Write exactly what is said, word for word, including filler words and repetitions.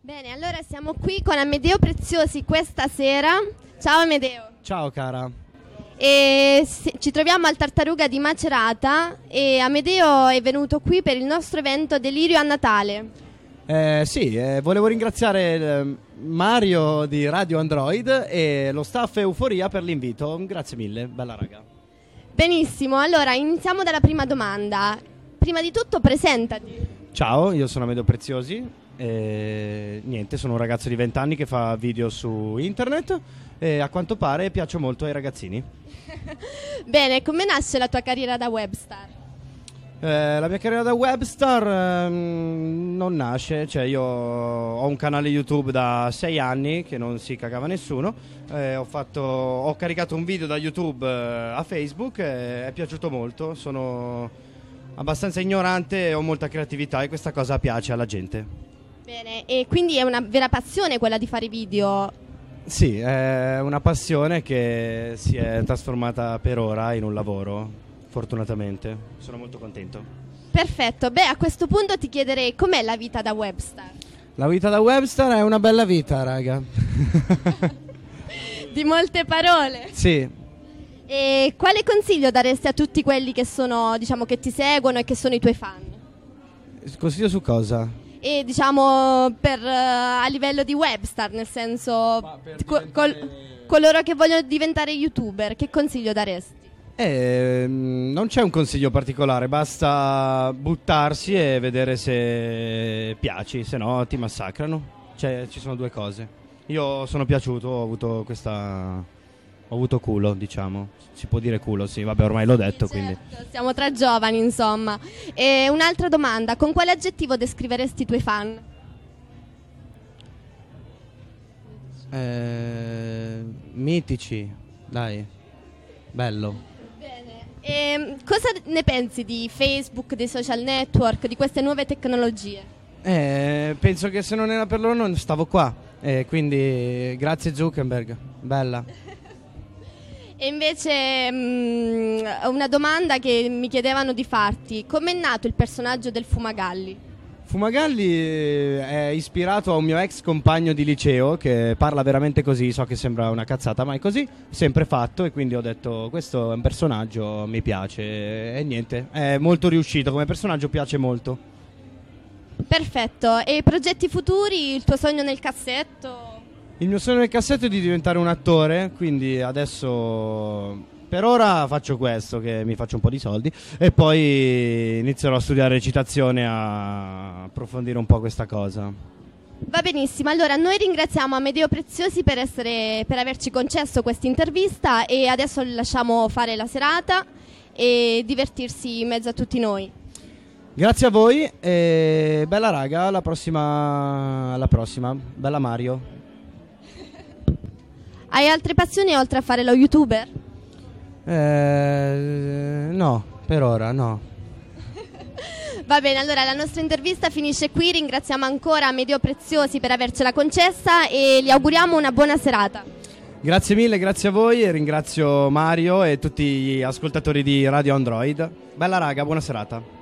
Bene, allora siamo qui con Amedeo Preziosi questa sera. Ciao Amedeo. Ciao cara. E ci troviamo al Tartaruga di Macerata e Amedeo è venuto qui per il nostro evento Delirio a Natale. Eh, sì, eh, volevo ringraziare eh, Mario di Radio Android e lo staff Euforia per l'invito. Grazie mille, bella raga. Benissimo, allora iniziamo dalla prima domanda. Prima di tutto presentati. Ciao, io sono Amedeo Preziosi. E niente, sono un ragazzo di venti anni che fa video su internet e a quanto pare piaccio molto ai ragazzini. Bene, come nasce la tua carriera da webstar? Eh, la mia carriera da webstar ehm, non nasce, cioè io ho un canale YouTube da sei anni che non si cagava nessuno, eh, ho, fatto, ho caricato un video da YouTube eh, a Facebook e è piaciuto molto, sono abbastanza ignorante e ho molta creatività e questa cosa piace alla gente. Bene, e quindi è una vera passione quella di fare video? Sì, è una passione che si è trasformata per ora in un lavoro, fortunatamente. Sono molto contento. Perfetto, beh a questo punto ti chiederei com'è la vita da webstar? La vita da webstar è una bella vita, raga. Di molte parole. Sì. E quale consiglio daresti a tutti quelli che sono, diciamo, che ti seguono e che sono i tuoi fan? Consiglio su cosa? E diciamo per uh, a livello di webstar, nel senso co- diventare... col- coloro che vogliono diventare youtuber, che consiglio daresti? Eh, non c'è un consiglio particolare, basta buttarsi e vedere se piaci, se no ti massacrano. Cioè, ci sono due cose. Io sono piaciuto, ho avuto questa... ho avuto culo, diciamo. Si può dire culo, sì, vabbè, ormai l'ho detto, sì, certo, quindi. Siamo tra giovani, insomma. E un'altra domanda, con quale aggettivo descriveresti i tuoi fan? Eh, mitici, dai. Bello. Bene. E cosa ne pensi di Facebook, dei social network, di queste nuove tecnologie? Eh, penso che se non era per loro non stavo qua. Eh, quindi grazie Zuckerberg, bella. E invece mh, una domanda che mi chiedevano di farti: com'è nato il personaggio del Fumagalli? Fumagalli è ispirato a un mio ex compagno di liceo che parla veramente così, so che sembra una cazzata ma è così, sempre fatto, e quindi ho detto questo è un personaggio, mi piace e niente, è molto riuscito come personaggio, piace molto. Perfetto, e progetti futuri, il tuo sogno nel cassetto? Il mio sogno nel cassetto è di diventare un attore, quindi adesso per ora faccio questo, che mi faccio un po' di soldi, e poi inizierò a studiare recitazione, a approfondire un po' questa cosa. Va benissimo, allora noi ringraziamo Amedeo Preziosi per, essere, per averci concesso questa intervista e adesso lasciamo fare la serata e divertirsi in mezzo a tutti noi. Grazie a voi e bella raga, alla prossima, alla prossima, bella Mario. Hai altre passioni oltre a fare lo youtuber? Eh, no, per ora no. Va bene, allora la nostra intervista finisce qui, ringraziamo ancora Amedeo Preziosi per avercela concessa e gli auguriamo una buona serata. Grazie mille, grazie a voi e ringrazio Mario e tutti gli ascoltatori di Radio Android. Bella raga, buona serata.